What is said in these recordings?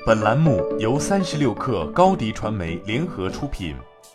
本栏目由36氪高迪传媒联合出品。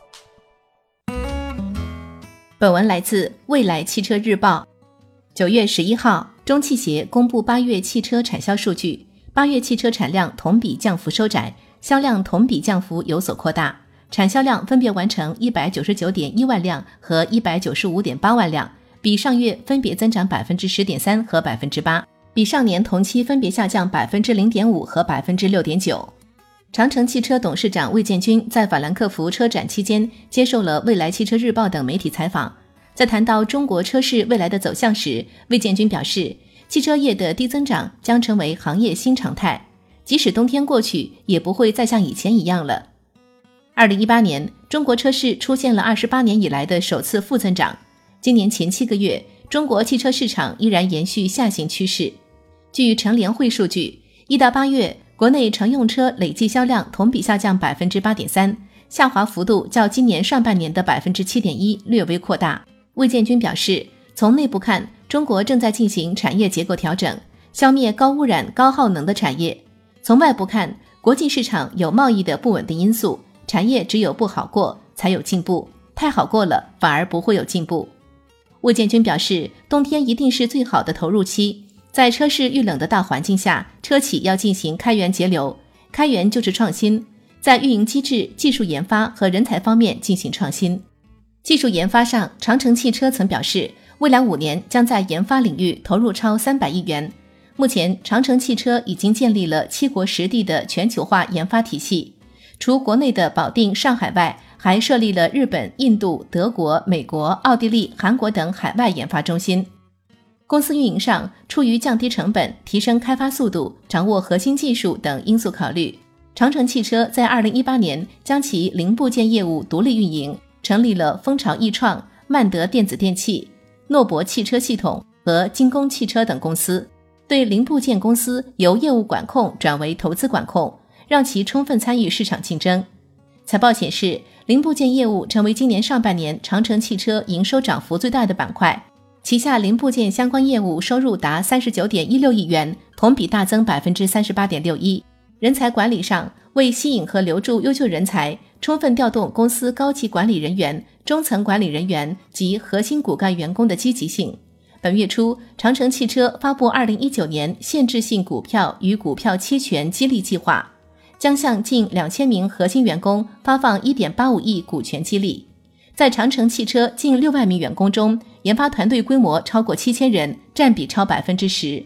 本文来自未来汽车日报。9月11号，中汽协公布8月汽车产销数据，8月汽车产量同比降幅收窄，销量同比降幅有所扩大，产销量分别完成 199.1 万辆和 195.8 万辆，比上月分别增长 10.3% 和 8%， 比上年同期分别下降 0.5% 和 6.9%。长城汽车董事长魏建军在法兰克福车展期间接受了未来汽车日报等媒体采访，在谈到中国车市未来的走向时，魏建军表示，汽车业的低增长将成为行业新常态，即使冬天过去，也不会再像以前一样了。2018年，中国车市出现了28年以来的首次负增长，今年前7个月，中国汽车市场依然延续下行趋势。据乘联会数据，1到8月，国内乘用车累计销量同比下降 8.3%， 下滑幅度较今年上半年的 7.1% 略微扩大。魏建军表示，从内部看，中国正在进行产业结构调整，消灭高污染高耗能的产业；从外部看，国际市场有贸易的不稳定因素，产业只有不好过才有进步，太好过了反而不会有进步。魏建军表示，冬天一定是最好的投入期，在车市遇冷的大环境下，车企要进行开源节流，开源就是创新，在运营机制、技术研发和人才方面进行创新。技术研发上，长城汽车曾表示，未来5年将在研发领域投入超300亿元。目前，长城汽车已经建立了7国10地的全球化研发体系，除国内的保定、上海外，还设立了日本、印度、德国、美国、奥地利、韩国等海外研发中心。公司运营上，出于降低成本、提升开发速度、掌握核心技术等因素考虑，长城汽车在2018年将其零部件业务独立运营，成立了蜂巢易创、曼德电子电器、诺博汽车系统和精工汽车等公司，对零部件公司由业务管控转为投资管控，让其充分参与市场竞争。财报显示，零部件业务成为今年上半年长城汽车营收涨幅最大的板块，旗下零部件相关业务收入达 39.16 亿元，同比大增 38.61%。 人才管理上，为吸引和留住优秀人才，充分调动公司高级管理人员、中层管理人员及核心骨干员工的积极性。本月初，长城汽车发布2019年限制性股票与股票期权激励计划，将向近2000名核心员工发放 1.85 亿股权激励。在长城汽车近6万名员工中，研发团队规模超过7000人，占比超 10%。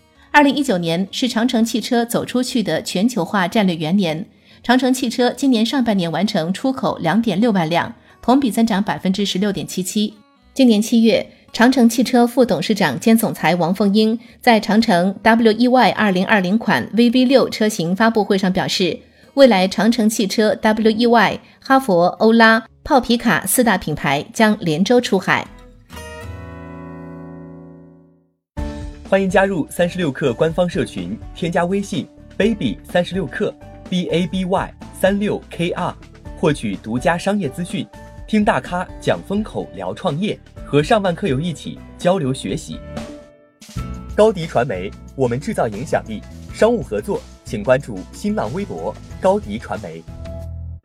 2019年是长城汽车走出去的全球化战略元年，长城汽车今年上半年完成出口 2.6 万辆，同比增长 16.77%。 今年7月，长城汽车副董事长兼总裁王凤英在长城 WEY 2020款 VV6 车型发布会上表示，未来长城汽车 WEY、哈佛、欧拉、泡皮卡4大品牌将连州出海。 欢迎加入36氪官方社群，添加微信 baby36氪 BABY36KR， 获取独家商业资讯，听大咖讲风口，聊创业，和上万客友一起交流学习。高迪传媒，我们制造影响力。商务合作请关注新浪微博高迪传媒。